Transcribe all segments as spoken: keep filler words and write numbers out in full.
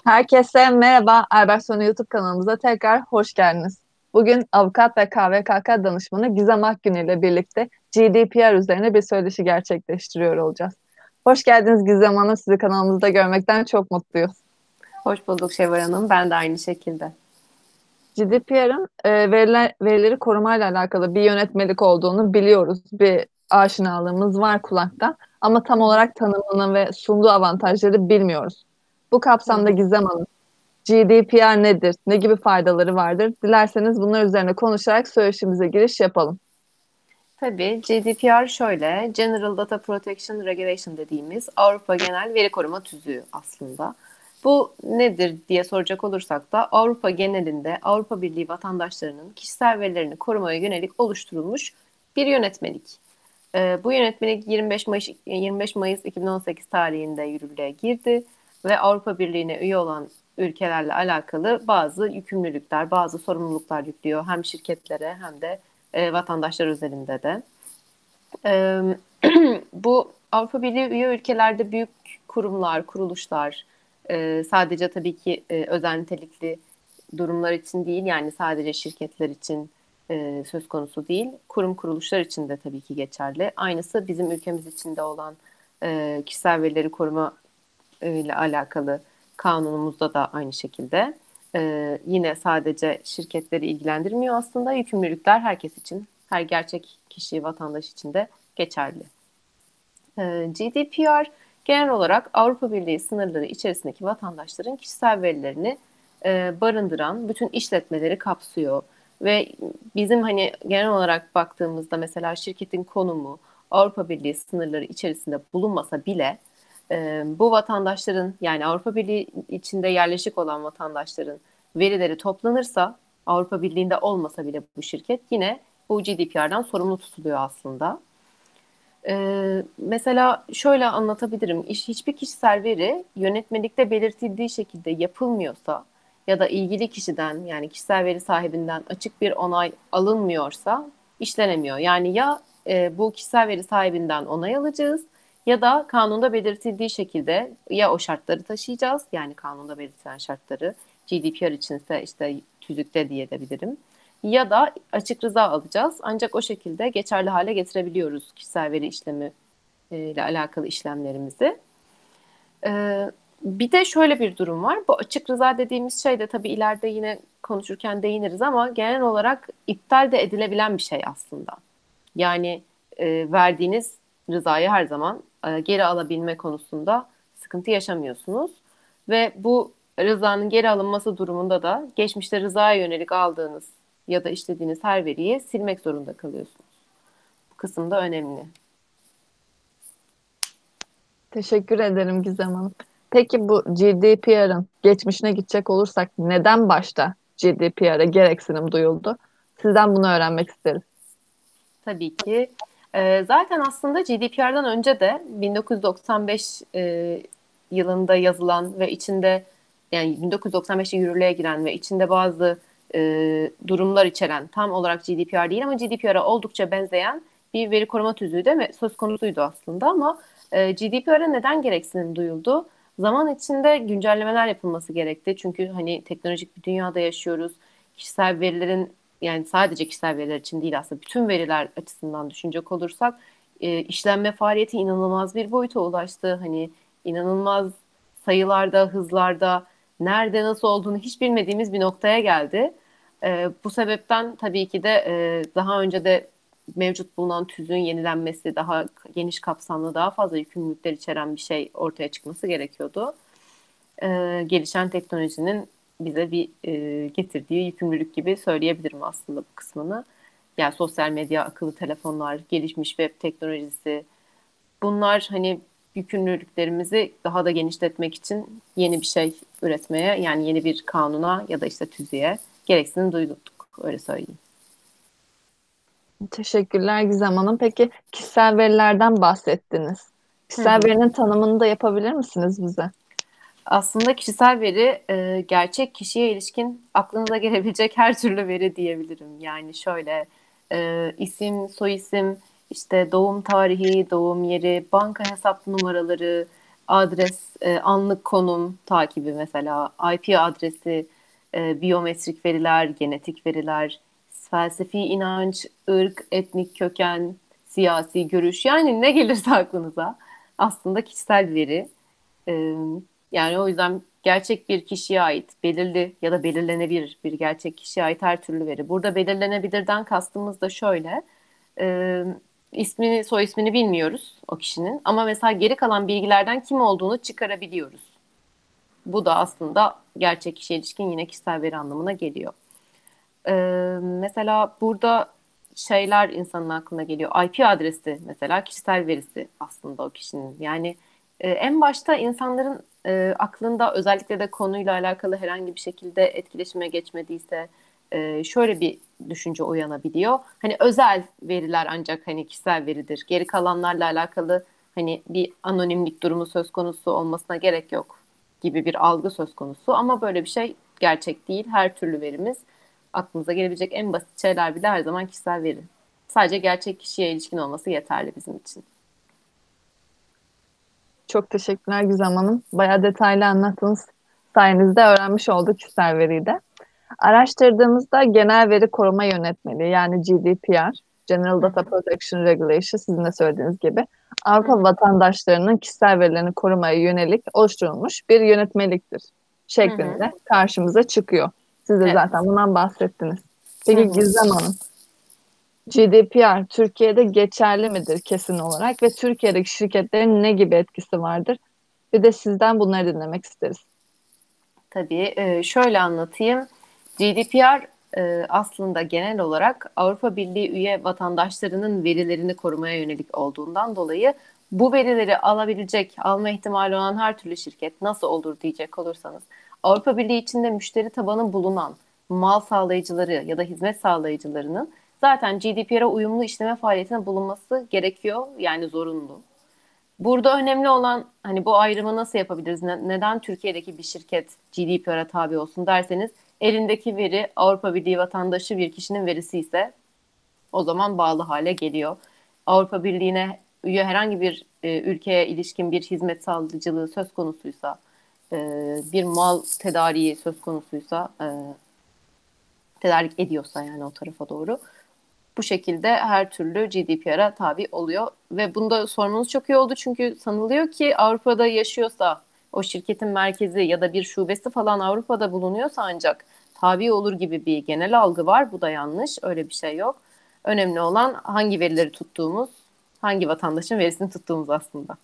Herkese merhaba. Albert Sonu YouTube kanalımıza tekrar hoş geldiniz. Bugün avukat ve K V K K danışmanı Gizem Akgün ile birlikte G D P R üzerine bir söyleşi gerçekleştiriyor olacağız. Hoş geldiniz Gizem Hanım. Sizi kanalımızda görmekten çok mutluyuz. Hoş bulduk Şevval Hanım. Ben de aynı şekilde. G D P R'ın e, veriler, verileri korumayla alakalı bir yönetmelik olduğunu biliyoruz. Bir aşinalığımız var kulakta. Ama tam Hı hı. olarak tanımını ve sunduğu avantajları bilmiyoruz. Bu Hı kapsamda hı. Gizem Hanım, G D P R nedir? Ne gibi faydaları vardır? Dilerseniz bunlar üzerine konuşarak söyleşimize giriş yapalım. Tabii G D P R şöyle, General Data Protection Regulation dediğimiz Avrupa Genel Veri Koruma Tüzüğü aslında. Bu nedir diye soracak olursak da Avrupa genelinde Avrupa Birliği vatandaşlarının kişisel verilerini korumaya yönelik oluşturulmuş bir yönetmelik. Ee, bu yönetmelik yirmi beş Mayıs, yirmi beş Mayıs iki bin on sekiz tarihinde yürürlüğe girdi ve Avrupa Birliği'ne üye olan ülkelerle alakalı bazı yükümlülükler, bazı sorumluluklar yüklüyor hem şirketlere hem de e, vatandaşlar üzerinde de. E, Bu Avrupa Birliği üye ülkelerde büyük kurumlar, kuruluşlar, e, sadece tabii ki e, özel nitelikli durumlar için değil, yani sadece şirketler için e, söz konusu değil, kurum kuruluşlar için de tabii ki geçerli. Aynısı bizim ülkemiz içinde olan e, kişisel verileri koruma e, ile alakalı kanunumuzda da aynı şekilde. E, yine sadece şirketleri ilgilendirmiyor aslında. Yükümlülükler herkes için, her gerçek kişi, vatandaş için de geçerli. E, G D P R genel olarak Avrupa Birliği sınırları içerisindeki vatandaşların kişisel verilerini e, barındıran bütün işletmeleri kapsıyor. Ve bizim hani genel olarak baktığımızda mesela şirketin konumu Avrupa Birliği sınırları içerisinde bulunmasa bile e, bu vatandaşların, yani Avrupa Birliği içinde yerleşik olan vatandaşların verileri toplanırsa, Avrupa Birliği'nde olmasa bile bu şirket yine bu G D P R'dan sorumlu tutuluyor aslında. Ee, mesela şöyle anlatabilirim. İş, hiçbir kişisel veri yönetmelikte belirtildiği şekilde yapılmıyorsa ya da ilgili kişiden, yani kişisel veri sahibinden açık bir onay alınmıyorsa işlenemiyor. Yani ya e, bu kişisel veri sahibinden onay alacağız ya da kanunda belirtildiği şekilde ya o şartları taşıyacağız, yani kanunda belirtilen şartları, G D P R içinse işte tüzükte diyebilirim, ya da açık rıza alacağız. Ancak o şekilde geçerli hale getirebiliyoruz kişisel veri işlemi e, ile alakalı işlemlerimizi. Ee, Bir de şöyle bir durum var. Bu açık rıza dediğimiz şey de tabii ileride yine konuşurken değiniriz ama genel olarak iptal de edilebilen bir şey aslında. Yani e, verdiğiniz rızayı her zaman e, geri alabilme konusunda sıkıntı yaşamıyorsunuz. Ve bu rızanın geri alınması durumunda da geçmişte rızaya yönelik aldığınız ya da işlediğiniz her veriyi silmek zorunda kalıyorsunuz. Bu kısım da önemli. Teşekkür ederim Gizem Hanım. Peki bu G D P R'ın geçmişine gidecek olursak neden başta G D P R'a gereksinim duyuldu? Sizden bunu öğrenmek isteriz. Tabii ki. Ee, zaten aslında G D P R'dan önce de bin dokuz yüz doksan beş e, yılında yazılan ve içinde, yani bin dokuz yüz doksan beşte yürürlüğe giren ve içinde bazı e, durumlar içeren, tam olarak G D P R değil ama G D P R'a oldukça benzeyen bir veri koruma tüzüğü de ve söz konusuydu aslında ama e, G D P R'a neden gereksinim duyuldu? Zaman içinde güncellemeler yapılması gerekti. Çünkü hani teknolojik bir dünyada yaşıyoruz. Kişisel verilerin, yani sadece kişisel veriler için değil aslında bütün veriler açısından düşünecek olursak e, işlenme faaliyeti inanılmaz bir boyuta ulaştı. Hani inanılmaz sayılarda, hızlarda, nerede nasıl olduğunu hiç bilmediğimiz bir noktaya geldi. E, bu sebepten tabii ki de e, daha önce de mevcut bulunan tüzüğün yenilenmesi, daha geniş kapsamlı, daha fazla yükümlülükler içeren bir şey ortaya çıkması gerekiyordu. E, gelişen teknolojinin bize bir e, getirdiği yükümlülük gibi söyleyebilirim aslında bu kısmını. Yani sosyal medya, akıllı telefonlar, gelişmiş web teknolojisi, bunlar hani yükümlülüklerimizi daha da genişletmek için yeni bir şey üretmeye, yani yeni bir kanuna ya da işte tüzüğe gereksinim duyduk, öyle söyleyeyim. Teşekkürler Gizem Hanım. Peki kişisel verilerden bahsettiniz. Hı Kişisel hı. verinin tanımını da yapabilir misiniz bize? Aslında kişisel veri e, gerçek kişiye ilişkin aklınıza gelebilecek her türlü veri diyebilirim. Yani şöyle e, isim, soyisim, işte doğum tarihi, doğum yeri, banka hesap numaraları, adres, e, anlık konum takibi mesela, I P adresi, e, biyometrik veriler, genetik veriler, felsefi inanç, ırk, etnik köken, siyasi görüş, yani ne gelirse aklınıza aslında kişisel veri. E, Yani o yüzden gerçek bir kişiye ait belirli ya da belirlenebilir bir gerçek kişiye ait her türlü veri. Burada belirlenebilirden kastımız da şöyle. E, ismini, soy ismini bilmiyoruz o kişinin ama mesela geri kalan bilgilerden kim olduğunu çıkarabiliyoruz. Bu da aslında gerçek kişiye ilişkin yine kişisel veri anlamına geliyor. Ee, Mesela burada şeyler insanın aklına geliyor. I P adresi mesela kişisel verisi aslında o kişinin. Yani e, en başta insanların e, aklında özellikle de konuyla alakalı herhangi bir şekilde etkileşime geçmediyse e, şöyle bir düşünce uyanabiliyor. Hani özel veriler ancak hani kişisel veridir. Geri kalanlarla alakalı hani bir anonimlik durumu söz konusu olmasına gerek yok gibi bir algı söz konusu. Ama böyle bir şey gerçek değil. Her türlü verimiz aklınıza gelebilecek en basit şeyler bile her zaman kişisel veri. Sadece gerçek kişiye ilişkin olması yeterli bizim için. Çok teşekkürler Gizem Hanım. Bayağı detaylı anlattınız. Sayenizde öğrenmiş olduk kişisel veriyi de. Araştırdığımızda genel veri koruma yönetmeliği yani G D P R, General Hı Data hı. Protection Regulation sizin de söylediğiniz gibi Hı Avrupa hı. vatandaşlarının kişisel verilerini korumaya yönelik oluşturulmuş bir yönetmeliktir Hı hı. şeklinde karşımıza çıkıyor. Siz de Evet. zaten bundan bahsettiniz. Hı Peki hı. Gizem Hanım, G D P R Türkiye'de geçerli midir kesin olarak ve Türkiye'deki şirketlerin ne gibi etkisi vardır? Bir de sizden bunları dinlemek isteriz. Tabii e, şöyle anlatayım. G D P R e, aslında genel olarak Avrupa Birliği üye vatandaşlarının verilerini korumaya yönelik olduğundan dolayı bu verileri alabilecek, alma ihtimali olan her türlü şirket nasıl olur diyecek olursanız, Avrupa Birliği içinde müşteri tabanı bulunan mal sağlayıcıları ya da hizmet sağlayıcılarının zaten G D P R'a uyumlu işleme faaliyetine bulunması gerekiyor, yani zorunlu. Burada önemli olan hani bu ayrımı nasıl yapabiliriz? Ne- neden Türkiye'deki bir şirket G D P R'a tabi olsun derseniz, elindeki veri Avrupa Birliği vatandaşı bir kişinin verisi ise o zaman bağlı hale geliyor. Avrupa Birliği'ne üye herhangi bir e, ülkeye ilişkin bir hizmet sağlayıcılığı söz konusuysa, e, bir mal tedariği söz konusuysa, e, tedarik ediyorsa yani o tarafa doğru, bu şekilde her türlü G D P R'a tabi oluyor. Ve bunda sorunumuz çok iyi oldu çünkü sanılıyor ki Avrupa'da yaşıyorsa, o şirketin merkezi ya da bir şubesi falan Avrupa'da bulunuyorsa ancak tabi olur gibi bir genel algı var. Bu da yanlış. Öyle bir şey yok. Önemli olan hangi verileri tuttuğumuz, hangi vatandaşın verisini tuttuğumuz aslında.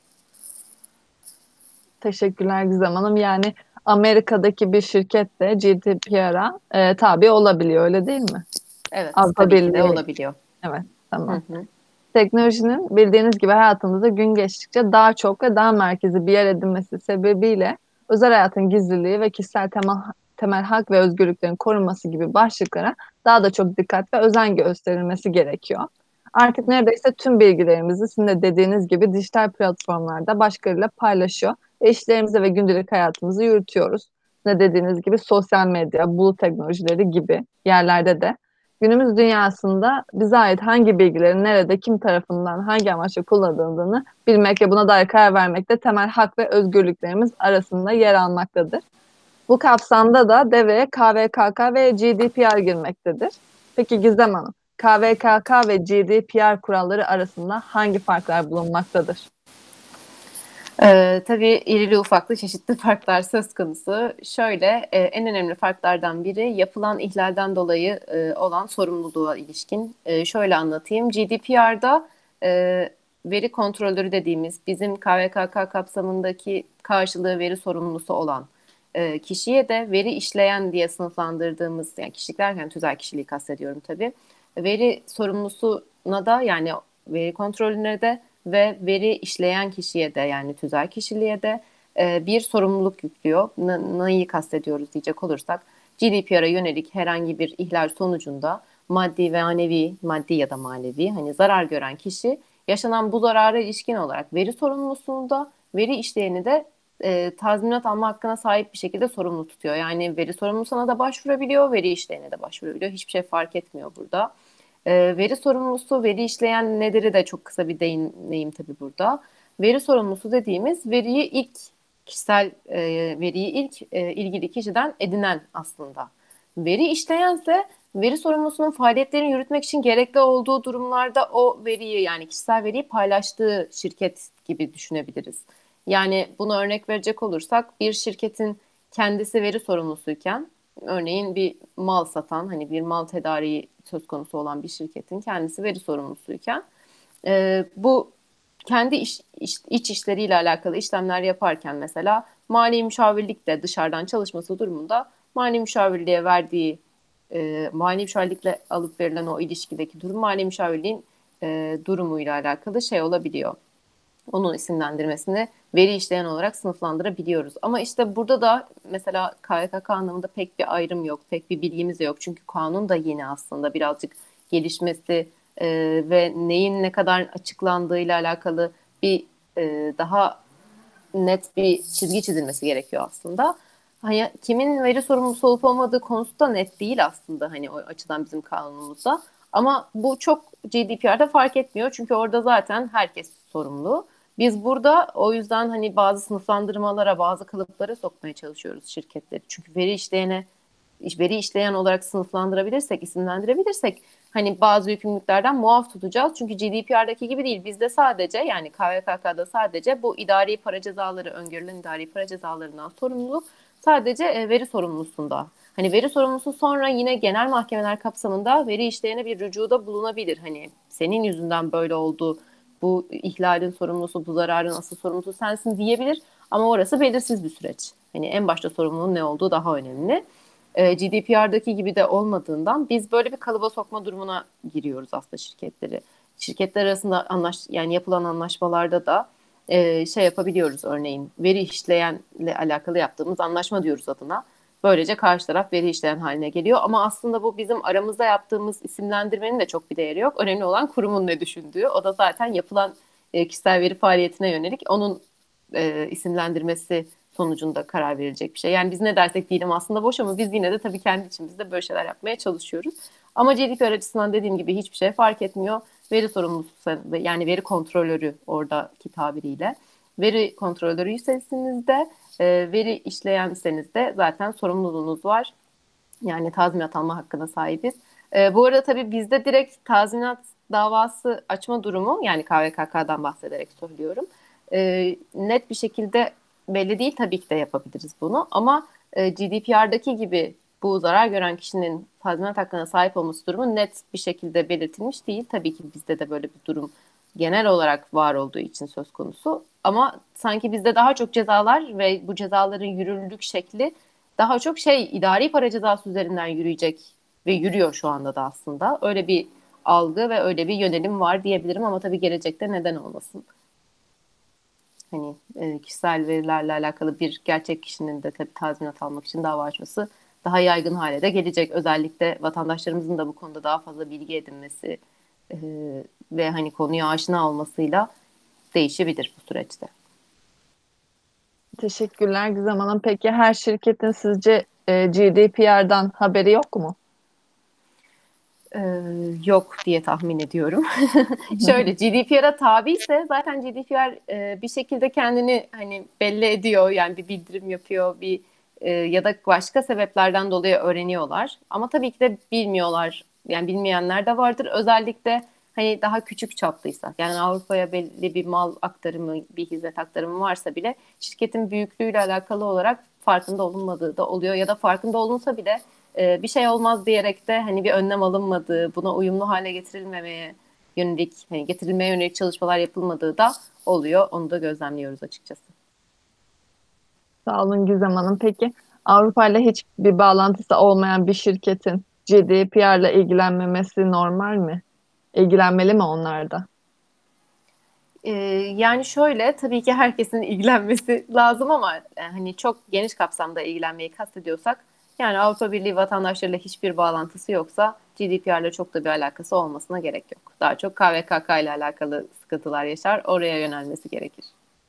Teşekkürler Gizem Hanım. Yani Amerika'daki bir şirket de G D P R'a e, tabi olabiliyor, öyle değil mi? Evet, Avrupa tabii ki de Birliği. olabiliyor. Evet, Hı tamam. hı. Teknolojinin bildiğiniz gibi hayatımızda gün geçtikçe daha çok ve daha merkezi bir yer edinmesi sebebiyle özel hayatın gizliliği ve kişisel temel, temel hak ve özgürlüklerin korunması gibi başlıklara daha da çok dikkat ve özen gösterilmesi gerekiyor. Artık neredeyse tüm bilgilerimizi sizin de dediğiniz gibi dijital platformlarda başkalarıyla paylaşıyor ve işlerimizi ve gündelik hayatımızı yürütüyoruz. Ne dediğiniz gibi sosyal medya, bulut teknolojileri gibi yerlerde de günümüz dünyasında bize ait hangi bilgilerin nerede, kim tarafından, hangi amaçla kullanıldığını bilmek ve buna dair karar vermek de temel hak ve özgürlüklerimiz arasında yer almaktadır. Bu kapsamda da devreye K V K K ve G D P R girmektedir. Peki Gizem Hanım, K V K K ve G D P R kuralları arasında hangi farklar bulunmaktadır? Ee, tabii irili ufaklı çeşitli farklar söz konusu. Şöyle, e, en önemli farklardan biri yapılan ihlalden dolayı e, olan sorumluluğa ilişkin. E, şöyle anlatayım. G D P R'da e, veri kontrolörü dediğimiz, bizim K V K K kapsamındaki karşılığı veri sorumlusu olan e, kişiye de veri işleyen diye sınıflandırdığımız, yani kişilik derken tüzel kişiliği kastediyorum tabii. Veri sorumlusuna da, yani veri kontrolüne de ve veri işleyen kişiye de, yani tüzel kişiliğe de e, bir sorumluluk yüklüyor. N- neyi kastediyoruz diyecek olursak, G D P R'a yönelik herhangi bir ihlal sonucunda maddi ve manevi, maddi ya da manevi hani zarar gören kişi, yaşanan bu zarara ilişkin olarak veri sorumlusunu da, veri işleyeni de e, tazminat alma hakkına sahip bir şekilde sorumlu tutuyor. Yani veri sorumlusuna da başvurabiliyor, veri işleyene de başvurabiliyor. Hiçbir şey fark etmiyor burada. E, veri sorumlusu, veri işleyen nedir'i de çok kısa bir değineyim tabii burada. Veri sorumlusu dediğimiz veriyi ilk kişisel e, veriyi ilk e, ilgili kişiden edinen aslında. Veri işleyense veri sorumlusunun faaliyetlerini yürütmek için gerekli olduğu durumlarda o veriyi yani kişisel veriyi paylaştığı şirket gibi düşünebiliriz. Yani bunu örnek verecek olursak bir şirketin kendisi veri sorumlusuyken örneğin bir mal satan hani bir mal tedariği söz konusu olan bir şirketin kendisi veri sorumlusuyken e, bu kendi iş, iş, iç işleriyle alakalı işlemler yaparken mesela mali müşavirlik de dışarıdan çalışması durumunda mali müşavirliğe verdiği e, mali müşavirlikle alıp verilen o ilişkideki durum mali müşavirliğin e, durumuyla alakalı şey olabiliyor. Onun isimlendirmesini veri işleyen olarak sınıflandırabiliyoruz. Ama işte burada da mesela K V K K anlamında pek bir ayrım yok, pek bir bilgimiz de yok. Çünkü kanun da yeni aslında birazcık gelişmesi e, ve neyin ne kadar açıklandığıyla alakalı bir e, daha net bir çizgi çizilmesi gerekiyor aslında. Hani kimin veri sorumlusu olup olmadığı konusu da net değil aslında hani o açıdan bizim kanunumuzda. Ama bu çok G D P R'da fark etmiyor çünkü orada zaten herkes sorumlu. Biz burada o yüzden hani bazı sınıflandırmalara, bazı kalıplara sokmaya çalışıyoruz şirketleri. Çünkü veri işleyene, veri işleyen olarak sınıflandırabilirsek, isimlendirebilirsek hani bazı yükümlülüklerden muaf tutacağız. Çünkü G D P R'daki gibi değil. Bizde sadece yani K V K K'da sadece bu idari para cezaları, öngörülen idari para cezalarından sorumluluk sadece e, veri sorumlusunda. Hani veri sorumlusu sonra yine genel mahkemeler kapsamında veri işleyene bir rücuda bulunabilir. Hani senin yüzünden böyle oldu, bu ihlalin sorumlusu, bu zararın asıl sorumlusu sensin diyebilir. Ama orası belirsiz bir süreç. Hani en başta sorumluluğun ne olduğu daha önemli. E, G D P R'daki gibi de olmadığından biz böyle bir kalıba sokma durumuna giriyoruz aslında şirketleri. Şirketler arasında anlaş yani yapılan anlaşmalarda da e, şey yapabiliyoruz örneğin veri işleyenle alakalı yaptığımız anlaşma diyoruz adına. Böylece karşı taraf veri işleyen haline geliyor ama aslında bu bizim aramızda yaptığımız isimlendirmenin de çok bir değeri yok. Önemli olan kurumun ne düşündüğü. O da zaten yapılan e, kişisel veri faaliyetine yönelik onun e, isimlendirmesi sonucunda karar verilecek bir şey. Yani biz ne dersek diyelim aslında boş ama biz yine de tabii kendi içimizde böyle şeyler yapmaya çalışıyoruz. Ama G D P R açısından dediğim gibi hiçbir şey fark etmiyor. Veri sorumlusu yani veri kontrolörü oradaki tabiriyle. Veri kontrolörüyseniz de e, veri işleyenseniz de zaten sorumluluğunuz var. Yani tazminat alma hakkına sahibiz. E, bu arada tabii bizde direkt tazminat davası açma durumu yani K V K K'dan bahsederek söylüyorum. E, net bir şekilde belli değil tabii ki de yapabiliriz bunu ama e, G D P R'daki gibi bu zarar gören kişinin tazminat hakkına sahip olması durumu net bir şekilde belirtilmiş değil. Tabii ki bizde de böyle bir durum genel olarak var olduğu için söz konusu. Ama sanki bizde daha çok cezalar ve bu cezaların yürürlülük şekli daha çok şey idari para cezası üzerinden yürüyecek ve yürüyor şu anda da aslında. Öyle bir algı ve öyle bir yönelim var diyebilirim ama tabii gelecekte neden olmasın. Hani e, kişisel verilerle alakalı bir gerçek kişinin de tabii tazminat almak için dava açması daha yaygın hale de gelecek. Özellikle vatandaşlarımızın da bu konuda daha fazla bilgi edinmesi e, ve hani konuya aşina olmasıyla değişebilir bu süreçte. Teşekkürler Gizem Hanım. Peki her şirketin sizce e, G D P R'dan haberi yok mu? Ee, yok diye tahmin ediyorum. Şöyle G D P R'a tabi ise zaten G D P R e, bir şekilde kendini hani belli ediyor yani bir bildirim yapıyor bir e, ya da başka sebeplerden dolayı öğreniyorlar. Ama tabii ki de bilmiyorlar. Yani bilmeyenler de vardır. Özellikle hani daha küçük çaplıysa yani Avrupa'ya belli bir mal aktarımı, bir hizmet aktarımı varsa bile şirketin büyüklüğüyle alakalı olarak farkında olunmadığı da oluyor ya da farkında olunsa bile e, bir şey olmaz diyerek de hani bir önlem alınmadığı, buna uyumlu hale getirilmemeye yönelik, hani getirilmeye yönelik çalışmalar yapılmadığı da oluyor. Onu da gözlemliyoruz açıkçası. Sağ olun Gizem Hanım. Peki Avrupa ile hiçbir bağlantısı olmayan bir şirketin G D P R ile ilgilenmemesi normal mi? İlgilenmeli mi onlar da? Ee, yani şöyle tabii ki herkesin ilgilenmesi lazım ama e, hani çok geniş kapsamda ilgilenmeyi kastediyorsak yani Avrupa Birliği vatandaşlarıyla hiçbir bağlantısı yoksa G D P R'la çok da bir alakası olmasına gerek yok. Daha çok K V K K ile alakalı sıkıntılar yaşar, oraya yönelmesi gerekir.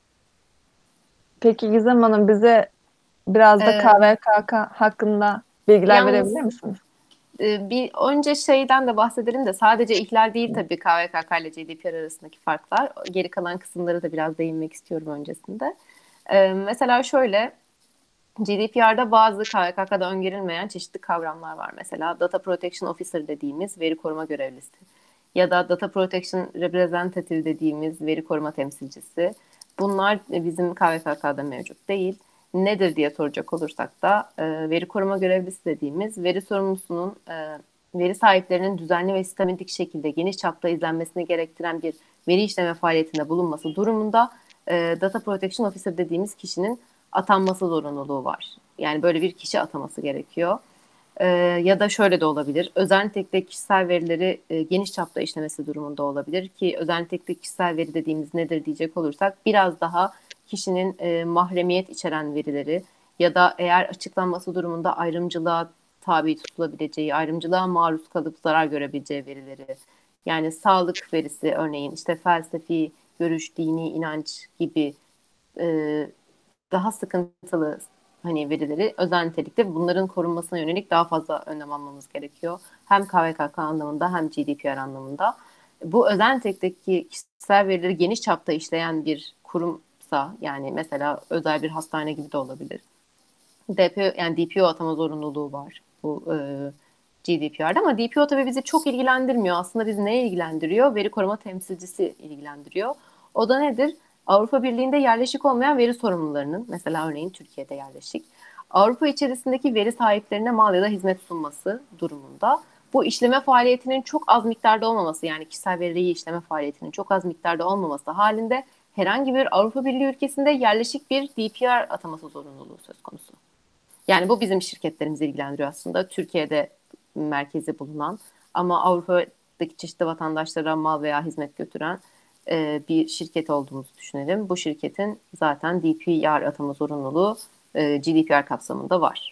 Peki Gizem Hanım bize biraz da Ee, K V K K hakkında bilgiler verebilir yalnız misiniz? Ee, bir önce şeyden de bahsedelim de sadece ihlal değil tabii K V K K ile G D P R arasındaki farklar. Geri kalan kısımları da biraz değinmek istiyorum öncesinde. Ee, mesela şöyle G D P R'da bazı K V K K'da öngörülmeyen çeşitli kavramlar var. Mesela Data Protection Officer dediğimiz veri koruma görevlisi ya da Data Protection Representative dediğimiz veri koruma temsilcisi. Bunlar bizim K V K K'da mevcut değil. Nedir diye soracak olursak da e, veri koruma görevlisi dediğimiz veri sorumlusunun e, veri sahiplerinin düzenli ve sistematik şekilde geniş çapta izlenmesini gerektiren bir veri işleme faaliyetinde bulunması durumunda e, Data Protection Officer dediğimiz kişinin atanması zorunluluğu var. Yani böyle bir kişi ataması gerekiyor. Ee, ya da şöyle de olabilir. Özel nitelikte kişisel verileri e, geniş çapta işlemesi durumunda olabilir ki özel nitelikte kişisel veri dediğimiz nedir diyecek olursak biraz daha kişinin e, mahremiyet içeren verileri ya da eğer açıklanması durumunda ayrımcılığa tabi tutulabileceği, ayrımcılığa maruz kalıp zarar görebileceği verileri. Yani sağlık verisi örneğin işte felsefi görüş, dini inanç gibi e, daha sıkıntılı hani verileri özel nitelikte bunların korunmasına yönelik daha fazla önlem almamız gerekiyor. Hem K V K K anlamında hem G D P R anlamında. Bu özel nitelikteki kişisel verileri geniş çapta işleyen bir kurumsa yani mesela özel bir hastane gibi de olabilir. D P O yani D P O atama zorunluluğu var bu e, G D P R'da ama D P O tabii bizi çok ilgilendirmiyor. Aslında bizi neye ilgilendiriyor? Veri koruma temsilcisi ilgilendiriyor. O da nedir? Avrupa Birliği'nde yerleşik olmayan veri sorumlularının, mesela örneğin Türkiye'de yerleşik, Avrupa içerisindeki veri sahiplerine mal ya da hizmet sunması durumunda bu işleme faaliyetinin çok az miktarda olmaması yani kişisel veriyi işleme faaliyetinin çok az miktarda olmaması halinde herhangi bir Avrupa Birliği ülkesinde yerleşik bir D P R ataması zorunluluğu söz konusu. Yani bu bizim şirketlerimizi ilgilendiriyor aslında. Türkiye'de merkezi bulunan ama Avrupa'daki çeşitli vatandaşlara mal veya hizmet götüren e, bir şirket olduğumuzu düşünelim. Bu şirketin zaten D P R atama zorunluluğu e, G D P R kapsamında var.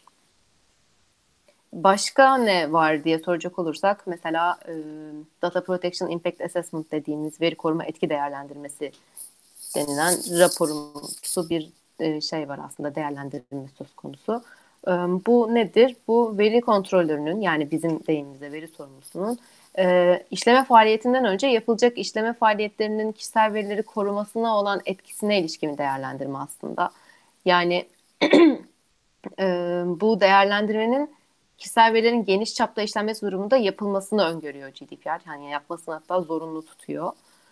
Başka ne var diye soracak olursak mesela e, Data Protection Impact Assessment dediğimiz veri koruma etki değerlendirmesi denilen raporumsu bir e, şey var aslında değerlendirme söz konusu. E, bu nedir? Bu veri kontrolörünün yani bizim deyimimizde veri sorumlusunun e, işleme faaliyetinden önce yapılacak işleme faaliyetlerinin kişisel verileri korumasına olan etkisine ilişkin bir değerlendirme aslında. Yani e, bu değerlendirmenin kişisel verilerin geniş çapta işlenmesi durumunda yapılmasını öngörüyor G D P R. Yani yapmasını hatta zorunlu tutuyor.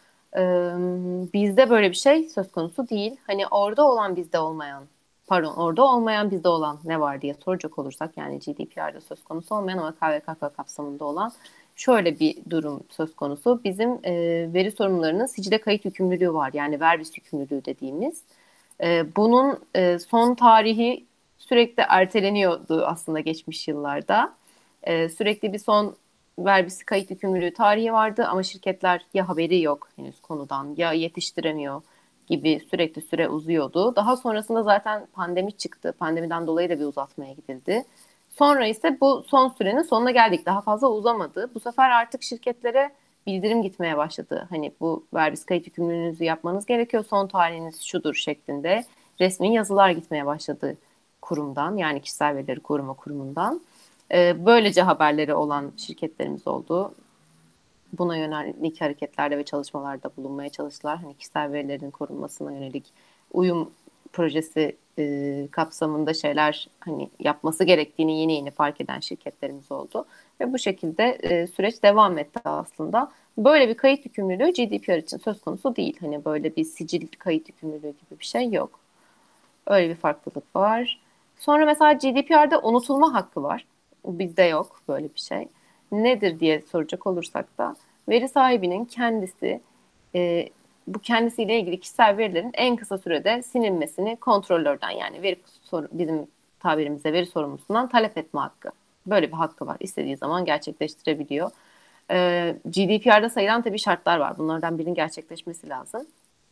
Ee, bizde böyle bir şey söz konusu değil. Hani orada olan bizde olmayan, pardon orada olmayan bizde olan ne var diye soracak olursak yani G D P R'da söz konusu olmayan ama K V K K kapsamında olan şöyle bir durum söz konusu. Bizim e, veri sorumlularının sicile kayıt yükümlülüğü var. Yani verbis yükümlülüğü dediğimiz. E, bunun e, son tarihi sürekli erteleniyordu aslında geçmiş yıllarda. E, sürekli bir son verbisi kayıt yükümlülüğü tarihi vardı ama şirketler ya haberi yok henüz konudan ya yetiştiremiyor gibi sürekli süre uzuyordu. Daha sonrasında zaten pandemi çıktı. Pandemiden dolayı da bir uzatmaya gidildi. Sonra ise bu son sürenin sonuna geldik. Daha fazla uzamadı. Bu sefer artık şirketlere bildirim gitmeye başladı. Hani bu verbis kayıt yükümlülüğünüzü yapmanız gerekiyor. Son tarihiniz şudur şeklinde resmi yazılar gitmeye başladı kurumdan yani kişisel verileri koruma kurumundan. Ee, böylece haberleri olan şirketlerimiz oldu. Buna yönelik hareketlerde ve çalışmalarda bulunmaya çalıştılar. Hani kişisel verilerin korunmasına yönelik uyum projesi e, kapsamında şeyler hani yapması gerektiğini yeni yeni fark eden şirketlerimiz oldu. Ve bu şekilde e, süreç devam etti aslında. Böyle bir kayıt yükümlülüğü G D P R için söz konusu değil. Hani böyle bir sicil kayıt yükümlülüğü gibi bir şey yok. Öyle bir farklılık var. Sonra mesela G D P R'da unutulma hakkı var. Bizde yok böyle bir şey. Nedir diye soracak olursak da veri sahibinin kendisi e, bu kendisiyle ilgili kişisel verilerin en kısa sürede silinmesini kontrolörden yani veri bizim tabirimizde veri sorumlusundan talep etme hakkı. Böyle bir hakkı var. İstediği zaman gerçekleştirebiliyor. E, G D P R'da sayılan tabii şartlar var. Bunlardan birinin gerçekleşmesi lazım.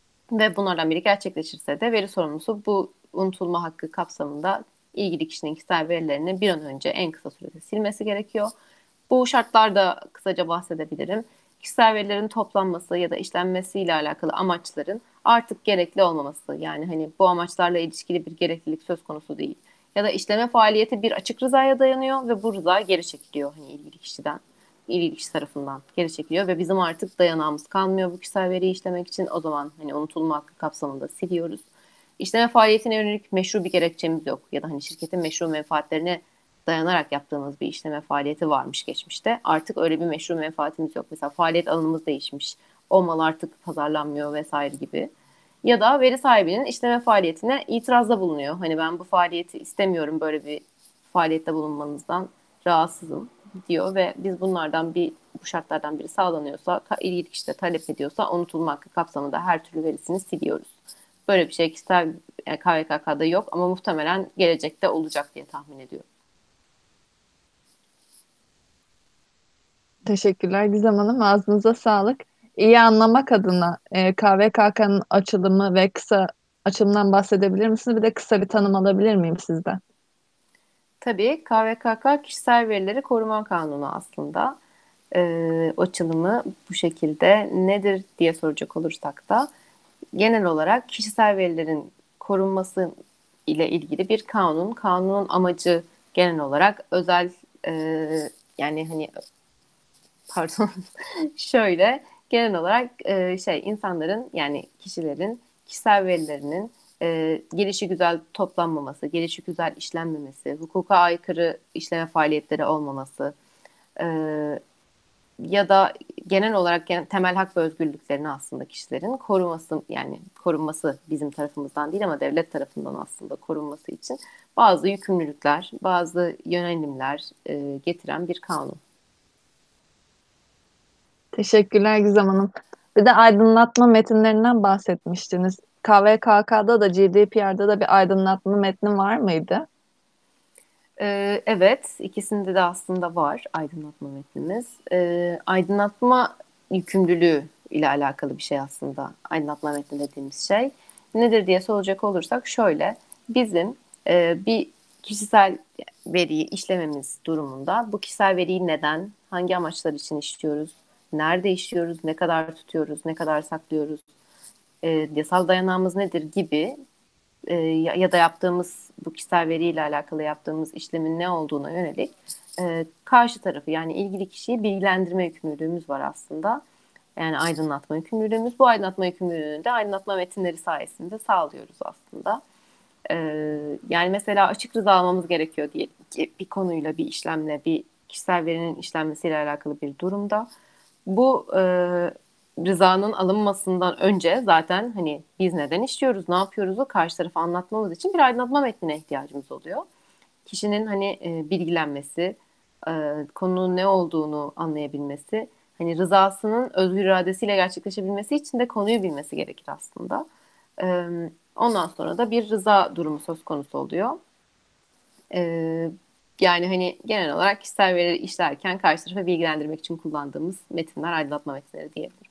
Ve bunlardan biri gerçekleşirse de veri sorumlusu bu unutulma hakkı kapsamında ilgili kişinin kişisel verilerini bir an önce en kısa sürede silmesi gerekiyor. Bu şartlarda kısaca bahsedebilirim. Kişisel verilerin toplanması ya da işlenmesiyle alakalı amaçların artık gerekli olmaması. Yani hani bu amaçlarla ilişkili bir gereklilik söz konusu değil. Ya da işleme faaliyeti bir açık rızaya dayanıyor ve bu rıza geri çekiliyor hani ilgili kişiden, ilgili kişi tarafından geri çekiliyor ve bizim artık dayanağımız kalmıyor bu kişisel veriyi işlemek için. O zaman hani unutulma hakkı kapsamında siliyoruz. İşleme faaliyetine yönelik meşru bir gerekçemiz yok ya da hani şirketin meşru menfaatlerine dayanarak yaptığımız bir işleme faaliyeti varmış geçmişte. Artık öyle bir meşru menfaatimiz yok. Mesela faaliyet alanımız değişmiş. O mal artık pazarlanmıyor vesaire gibi. Ya da veri sahibinin işleme faaliyetine itirazda bulunuyor. Hani ben bu faaliyeti istemiyorum, böyle bir faaliyette bulunmanızdan rahatsızım diyor ve biz bunlardan bir bu şartlardan biri sağlanıyorsa, ilgili kişi de talep ediyorsa unutulma hakkı kapsamında her türlü verisini siliyoruz. Böyle bir şey kişisel yani K V K K'da yok ama muhtemelen gelecekte olacak diye tahmin ediyorum. Teşekkürler Gizem Hanım. Ağzınıza sağlık. İyi anlamak adına e, K V K K'nın açılımı ve kısa açılımdan bahsedebilir misiniz? Bir de kısa bir tanım alabilir miyim sizden? Tabii K V K K Kişisel Verileri Koruma Kanunu aslında. Ee, açılımı bu şekilde nedir diye soracak olursak da genel olarak kişisel verilerin korunması ile ilgili bir kanun. Kanunun amacı genel olarak özel e, yani hani pardon şöyle genel olarak e, şey insanların yani kişilerin kişisel verilerinin e, gelişi güzel toplanmaması, gelişi güzel işlenmemesi, hukuka aykırı işleme faaliyetleri olmaması, e, ya da genel olarak gen- temel hak ve özgürlüklerini aslında kişilerin koruması yani korunması bizim tarafımızdan değil ama devlet tarafından aslında korunması için bazı yükümlülükler, bazı yönelimler e, getiren bir kanun. Teşekkürler Gizem Hanım. Bir de aydınlatma metinlerinden bahsetmiştiniz. K V K K'da da G D P R'da da bir aydınlatma metni var mıydı? Ee, evet, ikisinde de aslında var aydınlatma metnimiz. Ee, aydınlatma yükümlülüğü ile alakalı bir şey aslında aydınlatma metni dediğimiz şey. Nedir diye soracak olursak şöyle, bizim e, bir kişisel veriyi işlememiz durumunda bu kişisel veriyi neden, hangi amaçlar için işliyoruz, nerede işliyoruz, ne kadar tutuyoruz, ne kadar saklıyoruz, e, yasal dayanağımız nedir gibi e, ya, ya da yaptığımız bu kişisel veriyle alakalı yaptığımız işlemin ne olduğuna yönelik e, karşı tarafı yani ilgili kişiyi bilgilendirme yükümlülüğümüz var aslında. Yani aydınlatma yükümlülüğümüz. Bu aydınlatma yükümlülüğünü de aydınlatma metinleri sayesinde sağlıyoruz aslında. E, Yani mesela açık rıza almamız gerekiyor diye bir konuyla, bir işlemle, bir kişisel verinin işlenmesiyle alakalı bir durumda. Bu e, rızanın alınmasından önce zaten hani biz neden işliyoruz, ne yapıyoruzu karşı tarafa anlatmamız için bir aydınlatma metnine ihtiyacımız oluyor. Kişinin hani e, bilgilenmesi, e, konunun ne olduğunu anlayabilmesi, hani rızasının özgür iradesiyle gerçekleşebilmesi için de konuyu bilmesi gerekir aslında. E, Ondan sonra da bir rıza durumu söz konusu oluyor. E, Yani hani genel olarak kişisel verileri işlerken karşı tarafı bilgilendirmek için kullandığımız metinler aydınlatma metinleri diyebilirim.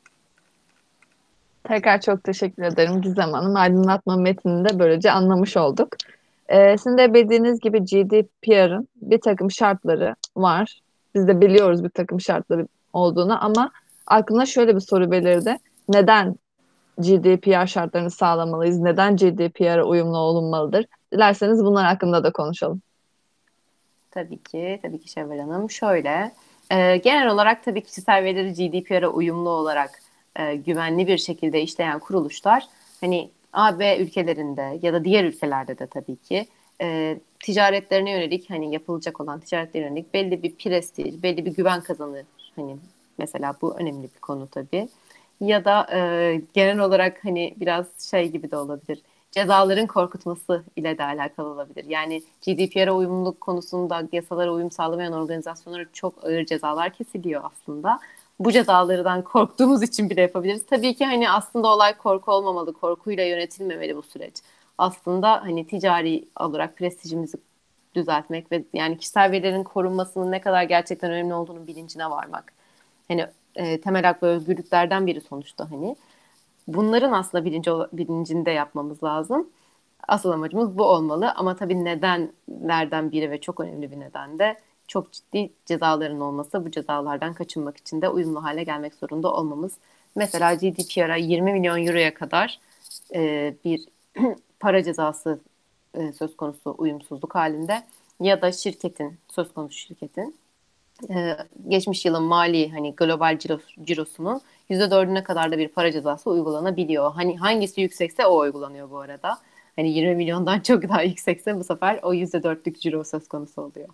Tekrar çok teşekkür ederim Gizem Hanım. Aydınlatma metnini de böylece anlamış olduk. Ee, sizin de bildiğiniz gibi G D P R'ın bir takım şartları var. Biz de biliyoruz bir takım şartları olduğunu ama aklına şöyle bir soru belirdi. Neden G D P R şartlarını sağlamalıyız? Neden G D P R'a uyumlu olunmalıdır? Dilerseniz bunlar hakkında da konuşalım. Tabii ki, tabii ki Şevval Hanım. Şöyle, e, genel olarak tabii kişisel verileri G D P R'a uyumlu olarak e, güvenli bir şekilde işleyen kuruluşlar, hani A B ülkelerinde ya da diğer ülkelerde de tabii ki e, ticaretlerine yönelik hani yapılacak olan ticaretlerine yönelik belli bir prestij, belli bir güven kazanır. Hani mesela bu önemli bir konu tabii. Ya da e, genel olarak hani biraz şey gibi de olabilir cezaların korkutması ile de alakalı olabilir. Yani G D P R'a uyumluluk konusunda yasalara uyum sağlamayan organizasyonlara çok ağır cezalar kesiliyor aslında. Bu cezalardan korktuğumuz için bile yapabiliriz. Tabii ki hani aslında olay korku olmamalı, korkuyla yönetilmemeli bu süreç. Aslında hani ticari olarak prestijimizi düzeltmek ve yani kişisel verilerin korunmasının ne kadar gerçekten önemli olduğunu bilincine varmak. Hani e, temel hak ve özgürlüklerden biri sonuçta hani. Bunların aslında bilinci, bilincinde yapmamız lazım. Asıl amacımız bu olmalı ama tabii nedenlerden biri ve çok önemli bir neden de çok ciddi cezaların olması. Bu cezalardan kaçınmak için de uyumlu hale gelmek zorunda olmamız. Mesela G D P R'a yirmi milyon euroya kadar e, bir para cezası e, söz konusu uyumsuzluk halinde ya da şirketin, söz konusu şirketin e, geçmiş yılın mali hani global ciro, cirosunun yüzde dördüne kadar da bir para cezası uygulanabiliyor. Hani hangisi yüksekse o uygulanıyor bu arada. Hani yirmi milyondan çok daha yüksekse bu sefer o yüzde dörtlük ciro söz konusu oluyor.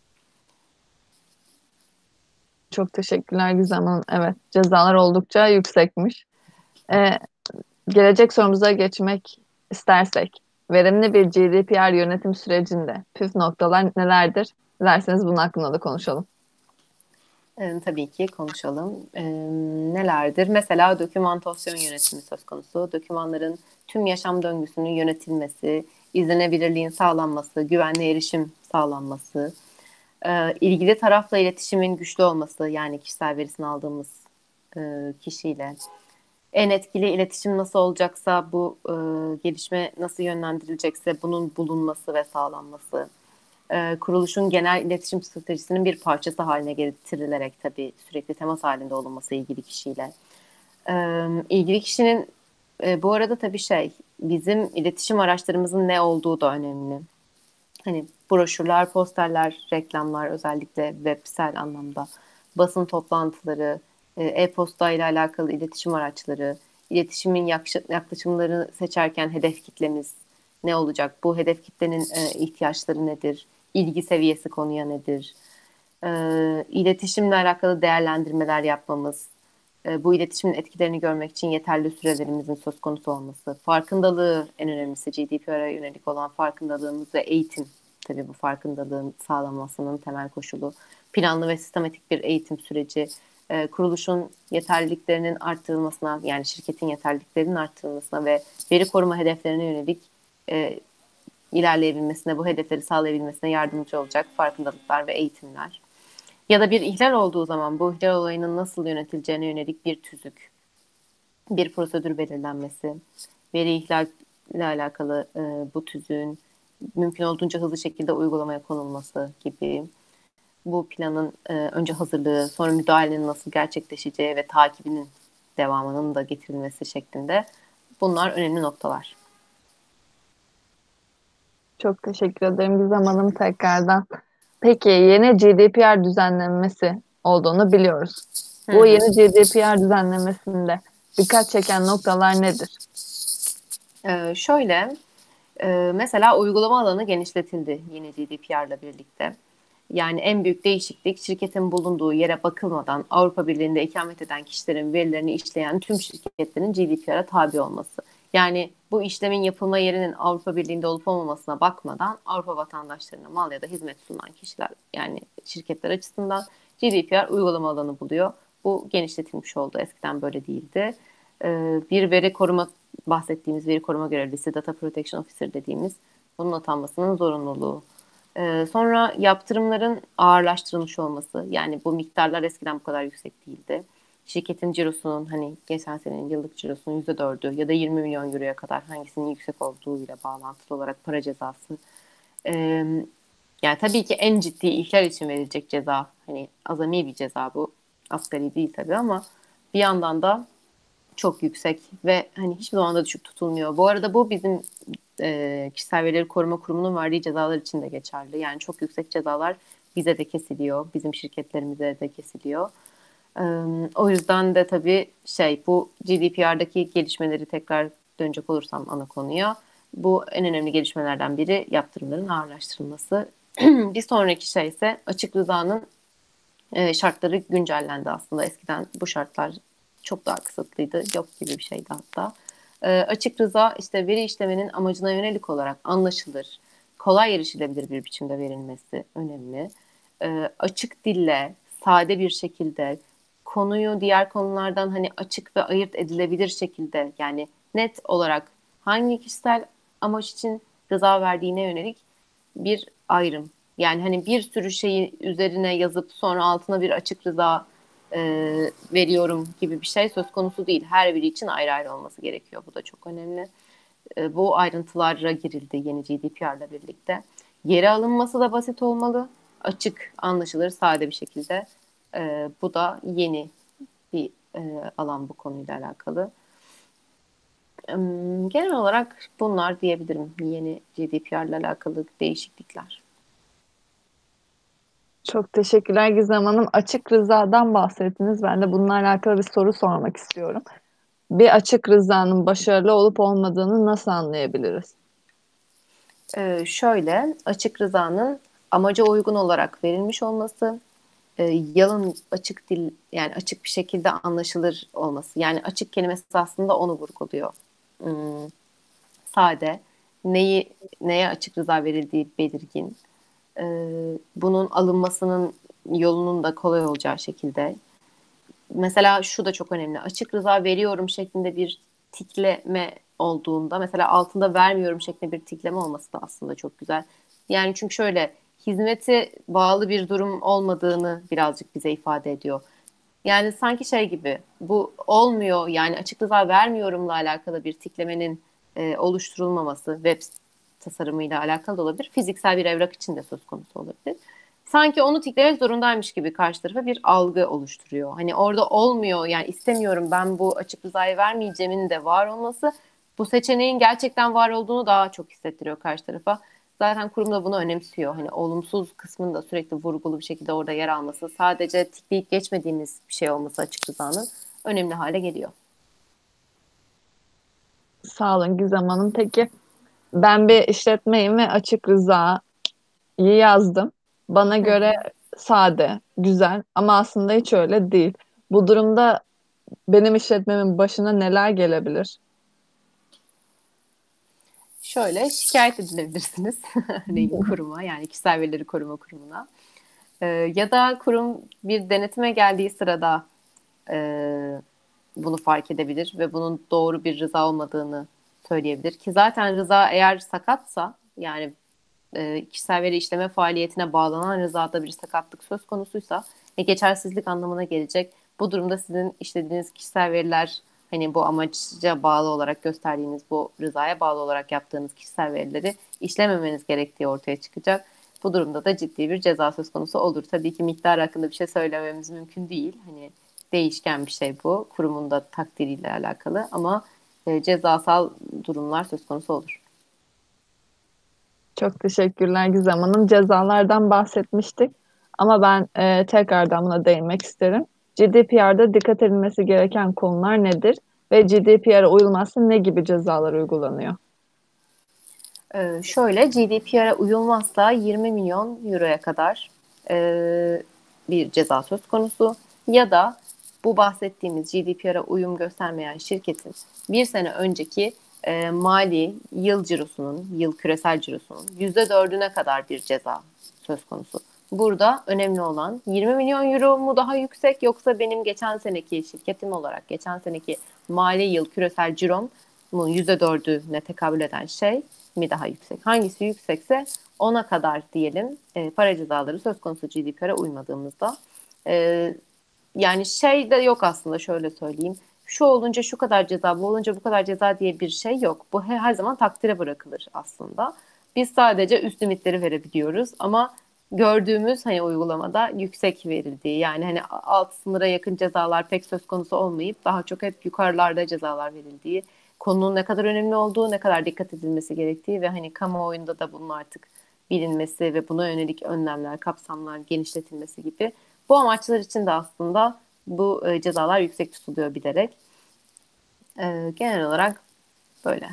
Çok teşekkürler Gizem Hanım. Evet, cezalar oldukça yüksekmiş. Ee, Gelecek sorumuza geçmek istersek, verimli bir G D P R yönetim sürecinde püf noktalar nelerdir? Dilerseniz bunun hakkında da konuşalım. E, tabii ki konuşalım. E, nelerdir? Mesela dokümantasyon yönetimi söz konusu. Dokümanların tüm yaşam döngüsünün yönetilmesi, izlenebilirliğin sağlanması, güvenli erişim sağlanması, e, ilgili tarafla iletişimin güçlü olması, yani kişisel verisini aldığımız e, kişiyle. En etkili iletişim nasıl olacaksa, bu e, gelişme nasıl yönlendirilecekse bunun bulunması ve sağlanması. E, kuruluşun genel iletişim stratejisinin bir parçası haline getirilerek tabii sürekli temas halinde olunması ilgili kişiyle. E, ilgili kişinin e, bu arada tabii şey, bizim iletişim araçlarımızın ne olduğu da önemli. Hani broşürler, posterler, reklamlar, özellikle websel anlamda, basın toplantıları, e, e-posta ile alakalı iletişim araçları, iletişimin yaklaşımlarını seçerken hedef kitlemiz ne olacak? Bu hedef kitlenin e, ihtiyaçları nedir? İlgi seviyesi konuya nedir? E, iletişimle alakalı değerlendirmeler yapmamız, e, bu iletişimin etkilerini görmek için yeterli sürelerimizin söz konusu olması, farkındalığı en önemlisi, G D P R'a yönelik olan farkındalığımız ve eğitim, tabii bu farkındalığın sağlanmasının temel koşulu. Planlı ve sistematik bir eğitim süreci, e, kuruluşun yeterliliklerinin arttırılmasına, yani şirketin yeterliliklerinin arttırılmasına ve veri koruma hedeflerine yönelik e, ilerleyebilmesine, bu hedefleri sağlayabilmesine yardımcı olacak farkındalıklar ve eğitimler. Ya da bir ihlal olduğu zaman bu ihlal olayının nasıl yönetileceğine yönelik bir tüzük, bir prosedür belirlenmesi, veri ihlal ile alakalı e, bu tüzüğün mümkün olduğunca hızlı şekilde uygulamaya konulması gibi, bu planın e, önce hazırlığı, sonra müdahalenin nasıl gerçekleşeceği ve takibinin devamının da getirilmesi şeklinde, bunlar önemli noktalar. Çok teşekkür ederim Gizem Hanım tekrardan. Peki yeni G D P R düzenlenmesi olduğunu biliyoruz. Hı Bu hı. yeni G D P R düzenlemesinde dikkat çeken noktalar nedir? E, şöyle, e, mesela uygulama alanı genişletildi yeni G D P R ile birlikte. Yani en büyük değişiklik, şirketin bulunduğu yere bakılmadan Avrupa Birliği'nde ikamet eden kişilerin verilerini işleyen tüm şirketlerin G D P R'a tabi olması. Yani bu işlemin yapılma yerinin Avrupa Birliği'nde olup olmamasına bakmadan Avrupa vatandaşlarına mal ya da hizmet sunan kişiler, yani şirketler açısından G D P R uygulama alanı buluyor. Bu genişletilmiş oldu. Eskiden böyle değildi. Ee, bir veri koruma, bahsettiğimiz veri koruma görevlisi, Data Protection Officer dediğimiz, bunun atanmasının zorunluluğu. Ee, sonra yaptırımların ağırlaştırılmış olması. Yani bu miktarlar eskiden bu kadar yüksek değildi. Şirketin cirosunun, hani geçen senenin yıllık cirosunun yüzde dördü ya da yirmi milyon euroya kadar hangisinin yüksek olduğuyla bağlantılı olarak para cezası. Ee, yani tabii ki en ciddi ihlal için verilecek ceza, hani azami bir ceza bu. Asgari değil tabii, ama bir yandan da çok yüksek ve hani hiçbir zaman da düşük tutulmuyor. Bu arada bu bizim e, Kişisel Verileri Koruma Kurumu'nun verdiği cezalar için de geçerli. Yani çok yüksek cezalar bize de kesiliyor, bizim şirketlerimize de kesiliyor. E, o yüzden de tabii şey, bu G D P R'daki gelişmeleri tekrar dönecek olursam ana konuya, bu en önemli gelişmelerden biri yaptırımların ağırlaştırılması. Bir sonraki şey ise açık rızanın e, şartları güncellendi aslında. Eskiden bu şartlar çok daha kısıtlıydı. Yok gibi bir şeydi hatta. E, açık rıza, işte veri işlemenin amacına yönelik olarak anlaşılır, kolay erişilebilir bir biçimde verilmesi önemli. E, açık dille, sade bir şekilde, konuyu diğer konulardan hani açık ve ayırt edilebilir şekilde, yani net olarak hangi kişisel amaç için rıza verdiğine yönelik bir ayrım. Yani hani bir sürü şeyi üzerine yazıp sonra altına bir açık rıza e, veriyorum gibi bir şey söz konusu değil. Her biri için ayrı ayrı olması gerekiyor. Bu da çok önemli. E, bu ayrıntılara girildi yeni G D P R ile birlikte. Geri alınması da basit olmalı. Açık, anlaşılır, sade bir şekilde. E, bu da yeni bir e, alan bu konuyla alakalı. Em, Genel olarak bunlar diyebilirim yeni G D P R ile alakalı değişiklikler. Çok teşekkürler Gizem Hanım. Açık rızadan bahsettiniz. Ben de bununla alakalı bir soru sormak istiyorum. Bir açık rızanın başarılı olup olmadığını nasıl anlayabiliriz? Ee, şöyle açık rızanın amaca uygun olarak verilmiş olması, e, yalın açık dil yani açık bir şekilde anlaşılır olması. Yani açık kelimesi aslında onu vurguluyor. Hmm, Sade, neyi neye açık rıza verildiği belirgin. Ee, Bunun alınmasının yolunun da kolay olacağı şekilde. Mesela şu da çok önemli. Açık rıza veriyorum şeklinde bir tikleme olduğunda mesela altında vermiyorum şeklinde bir tikleme olması da aslında çok güzel. Yani çünkü şöyle hizmete bağlı bir durum olmadığını birazcık bize ifade ediyor. Yani sanki şey gibi bu olmuyor yani açık rıza vermiyorumla alakalı bir tiklemenin e, oluşturulmaması web tasarımıyla alakalı da olabilir. Fiziksel bir evrak için de söz konusu olabilir. Sanki onu tiklemek zorundaymış gibi karşı tarafa bir algı oluşturuyor. Hani orada olmuyor yani istemiyorum ben bu açık rızayı vermeyeceğimin de var olması bu seçeneğin gerçekten var olduğunu daha çok hissettiriyor karşı tarafa. Zaten kurum da bunu önemsiyor. Hani olumsuz kısmının da sürekli vurgulu bir şekilde orada yer alması, sadece tikleyip geçmediğimiz bir şey olması açık rızanın önemli hale geliyor. Sağ olun Gizem Hanım. Peki ben bir işletmeyim ve açık rızayı yazdım. Bana Hı hı. göre sade, güzel ama aslında hiç öyle değil. Bu durumda benim işletmemin başına neler gelebilir? Şöyle şikayet edilebilirsiniz örneğin kuruma yani kişisel verileri koruma kurumuna. Ee, ya da kurum bir denetime geldiği sırada e, bunu fark edebilir ve bunun doğru bir rıza olmadığını söyleyebilir. Ki zaten rıza eğer sakatsa yani e, kişisel veri işleme faaliyetine bağlanan rızada bir sakatlık söz konusuysa ve geçersizlik anlamına gelecek. Bu durumda sizin işlediğiniz kişisel veriler hani bu amaca bağlı olarak gösterdiğiniz bu rızaya bağlı olarak yaptığınız kişisel verileri işlememeniz gerektiği ortaya çıkacak. Bu durumda da ciddi bir ceza söz konusu olur. Tabii ki miktar hakkında bir şey söylememiz mümkün değil. Hani değişken bir şey bu. Kurumun da takdiriyle alakalı ama e, cezasal durumlar söz konusu olur. Çok teşekkürler Gizem Hanım. Cezalardan bahsetmiştik ama ben e, tekrardan buna değinmek isterim. G D P R'da dikkat edilmesi gereken konular nedir ve G D P R'a uyulmazsa ne gibi cezalar uygulanıyor? Ee, şöyle G D P R'a uyulmazsa yirmi milyon euroya kadar e, bir ceza söz konusu ya da bu bahsettiğimiz G D P R'a uyum göstermeyen şirketin bir sene önceki e, mali yıl cirosunun, yıl küresel cirosunun yüzde dördüne kadar bir ceza söz konusu. Burada önemli olan yirmi milyon euro mu daha yüksek yoksa benim geçen seneki şirketim olarak geçen seneki mali yıl küresel ciromun yüzde dördüne tekabül eden şey mi daha yüksek? Hangisi yüksekse ona kadar diyelim e, para cezaları söz konusu G D P R'a uymadığımızda. E, Yani şey de yok aslında şöyle söyleyeyim. Şu olunca şu kadar ceza, bu olunca bu kadar ceza diye bir şey yok. Bu her zaman takdire bırakılır aslında. Biz sadece üst limitleri verebiliyoruz ama gördüğümüz hani uygulamada yüksek verildiği yani hani alt sınıra yakın cezalar pek söz konusu olmayıp daha çok hep yukarılarda cezalar verildiği, konunun ne kadar önemli olduğu, ne kadar dikkat edilmesi gerektiği ve hani kamuoyunda da bunun artık bilinmesi ve buna yönelik önlemler, kapsamlar genişletilmesi gibi bu amaçlar için de aslında bu e, cezalar yüksek tutuluyor bilerek. E, genel olarak böyle.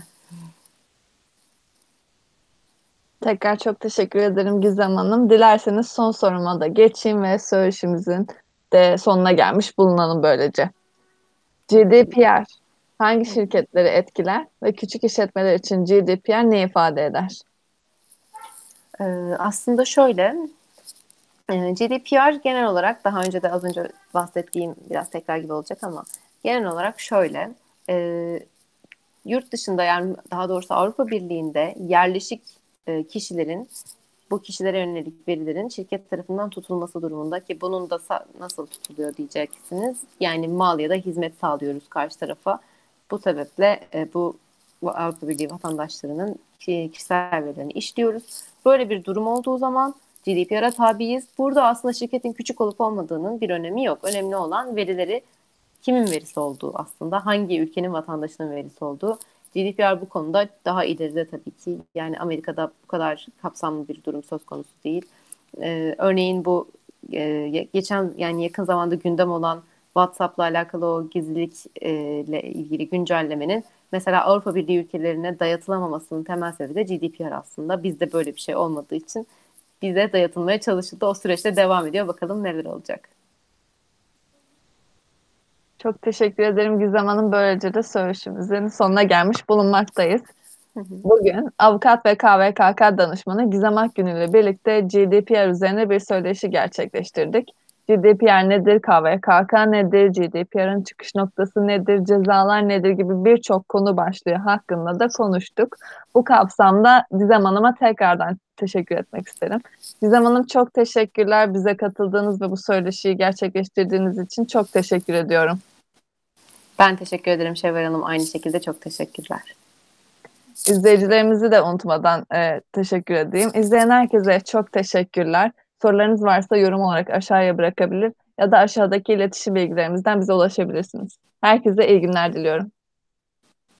Tekrar çok teşekkür ederim Gizem Hanım. Dilerseniz son soruma da geçeyim ve söyleşimizin de sonuna gelmiş bulunalım böylece. Tabii ki. G D P R hangi şirketleri etkiler ve küçük işletmeler için G D P R ne ifade eder? E, Aslında şöyle, e, G D P R genel olarak daha önce de az önce bahsettiğim biraz tekrar gibi olacak ama genel olarak şöyle, e, yurt dışında yani daha doğrusu Avrupa Birliği'nde yerleşik e, kişilerin bu kişilere yönelik verilerin şirket tarafından tutulması durumunda ki bunun da nasıl tutuluyor diyeceksiniz. Yani mal ya da hizmet sağlıyoruz karşı tarafa. Bu sebeple e, bu, bu Avrupa Birliği vatandaşlarının kişisel verilerini işliyoruz. Böyle bir durum olduğu zaman G D P R'a tabiiz. Burada aslında şirketin küçük olup olmadığının bir önemi yok. Önemli olan verileri kimin verisi olduğu aslında, hangi ülkenin vatandaşının verisi olduğu. G D P R bu konuda daha ileride tabii ki. Yani Amerika'da bu kadar kapsamlı bir durum söz konusu değil. Ee, örneğin bu e, geçen yani yakın zamanda gündem olan WhatsApp'la alakalı o gizlilikle ilgili güncellemenin mesela Avrupa Birliği ülkelerine dayatılamamasının temel sebebi de G D P R aslında. Bizde böyle bir şey olmadığı için bize dayatılmaya çalışıldı. O süreçte devam ediyor. Bakalım neler olacak. Çok teşekkür ederim Gizem Hanım. Böylece de söyleşimizin sonuna gelmiş bulunmaktayız. Hı hı. Bugün avukat ve K V K K danışmanı Gizem Akgün ile birlikte G D P R üzerine bir söyleşi gerçekleştirdik. G D P R nedir, K V K K nedir, G D P R'ın çıkış noktası nedir, cezalar nedir gibi birçok konu başlığı hakkında da konuştuk. Bu kapsamda Gizem Hanım'a tekrardan teşekkür etmek isterim. Gizem Hanım çok teşekkürler. Bize katıldığınız ve bu söyleşiyi gerçekleştirdiğiniz için çok teşekkür ediyorum. Ben teşekkür ederim Şevval Hanım. Aynı şekilde çok teşekkürler. İzleyicilerimizi de unutmadan e, teşekkür edeyim. İzleyen herkese çok teşekkürler. Sorularınız varsa yorum olarak aşağıya bırakabilir ya da aşağıdaki iletişim bilgilerimizden bize ulaşabilirsiniz. Herkese iyi günler diliyorum.